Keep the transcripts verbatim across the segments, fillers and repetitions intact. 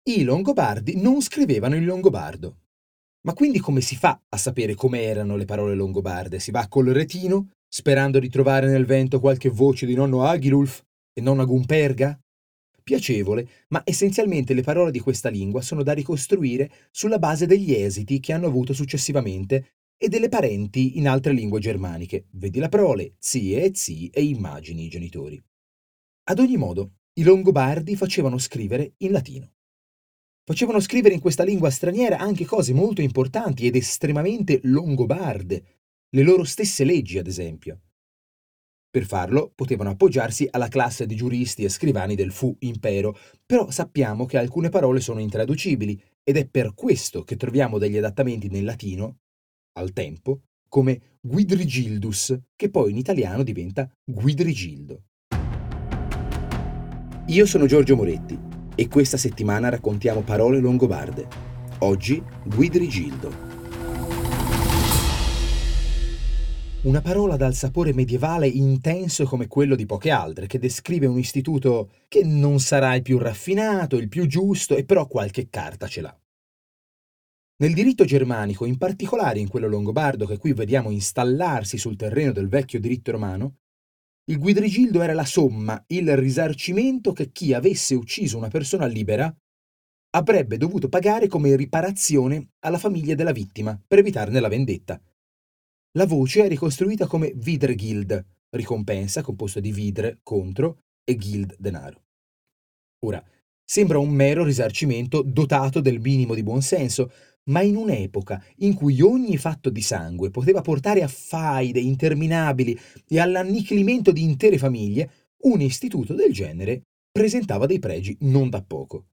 I Longobardi non scrivevano in longobardo. Ma quindi come si fa a sapere come erano le parole longobarde? Si va col retino, sperando di trovare nel vento qualche voce di nonno Agilulf e nonna Gumperga? Piacevole, ma essenzialmente le parole di questa lingua sono da ricostruire sulla base degli esiti che hanno avuto successivamente e delle parenti in altre lingue germaniche, vedi la prole, zie e zii e immagini i genitori. Ad ogni modo, i Longobardi facevano scrivere in latino. Facevano scrivere in questa lingua straniera anche cose molto importanti ed estremamente longobarde, le loro stesse leggi, ad esempio. Per farlo potevano appoggiarsi alla classe di giuristi e scrivani del Fu Impero, però sappiamo che alcune parole sono intraducibili ed è per questo che troviamo degli adattamenti nel latino, al tempo, come Guidrigildus, che poi in italiano diventa Guidrigildo. Io sono Giorgio Moretti e questa settimana raccontiamo parole longobarde. Oggi Guidrigildo. Una parola dal sapore medievale intenso come quello di poche altre, che descrive un istituto che non sarà il più raffinato, il più giusto, e però qualche carta ce l'ha. Nel diritto germanico, in particolare in quello longobardo che qui vediamo installarsi sul terreno del vecchio diritto romano, il guidrigildo era la somma, il risarcimento che chi avesse ucciso una persona libera avrebbe dovuto pagare come riparazione alla famiglia della vittima per evitarne la vendetta. La voce è ricostruita come Vidregild, ricompensa composta di vidre, contro, e gild, denaro. Ora, sembra un mero risarcimento dotato del minimo di buonsenso, ma in un'epoca in cui ogni fatto di sangue poteva portare a faide interminabili e all'annichilimento di intere famiglie, un istituto del genere presentava dei pregi non da poco.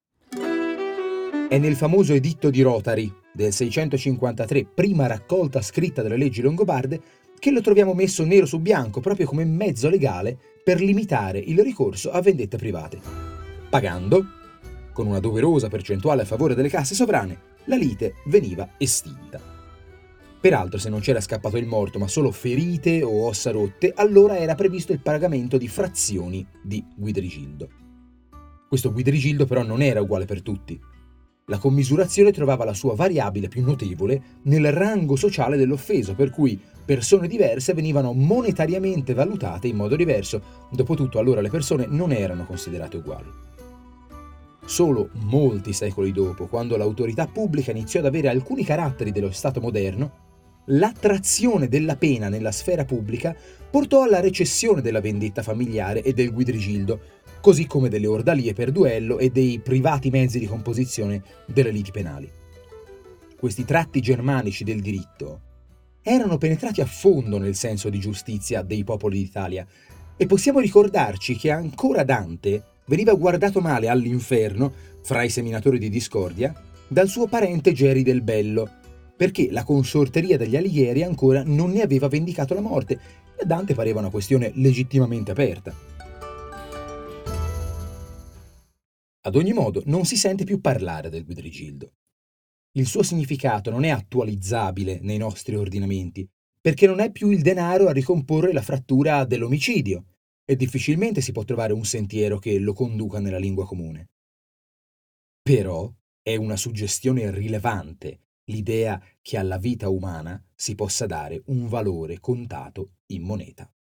È nel famoso editto di Rotari del seicentocinquantatré, prima raccolta scritta delle leggi longobarde, che lo troviamo messo nero su bianco proprio come mezzo legale per limitare il ricorso a vendette private. Pagando, con una doverosa percentuale a favore delle casse sovrane, la lite veniva estinta. Peraltro, se non c'era scappato il morto, ma solo ferite o ossa rotte, allora era previsto il pagamento di frazioni di guidrigildo. Questo guidrigildo però non era uguale per tutti. La commisurazione trovava la sua variabile più notevole nel rango sociale dell'offeso, per cui persone diverse venivano monetariamente valutate in modo diverso. Dopotutto allora le persone non erano considerate uguali. Solo molti secoli dopo, quando l'autorità pubblica iniziò ad avere alcuni caratteri dello Stato moderno, l'attrazione della pena nella sfera pubblica portò alla recessione della vendetta familiare e del guidrigildo, così come delle ordalie per duello e dei privati mezzi di composizione delle liti penali. Questi tratti germanici del diritto erano penetrati a fondo nel senso di giustizia dei popoli d'Italia e possiamo ricordarci che ancora Dante veniva guardato male all'inferno, fra i seminatori di discordia, dal suo parente Geri del Bello, perché la consorteria degli Alighieri ancora non ne aveva vendicato la morte e a Dante pareva una questione legittimamente aperta. Ad ogni modo, non si sente più parlare del guidrigildo. Il suo significato non è attualizzabile nei nostri ordinamenti, perché non è più il denaro a ricomporre la frattura dell'omicidio, e difficilmente si può trovare un sentiero che lo conduca nella lingua comune. Però è una suggestione rilevante l'idea che alla vita umana si possa dare un valore contato in moneta.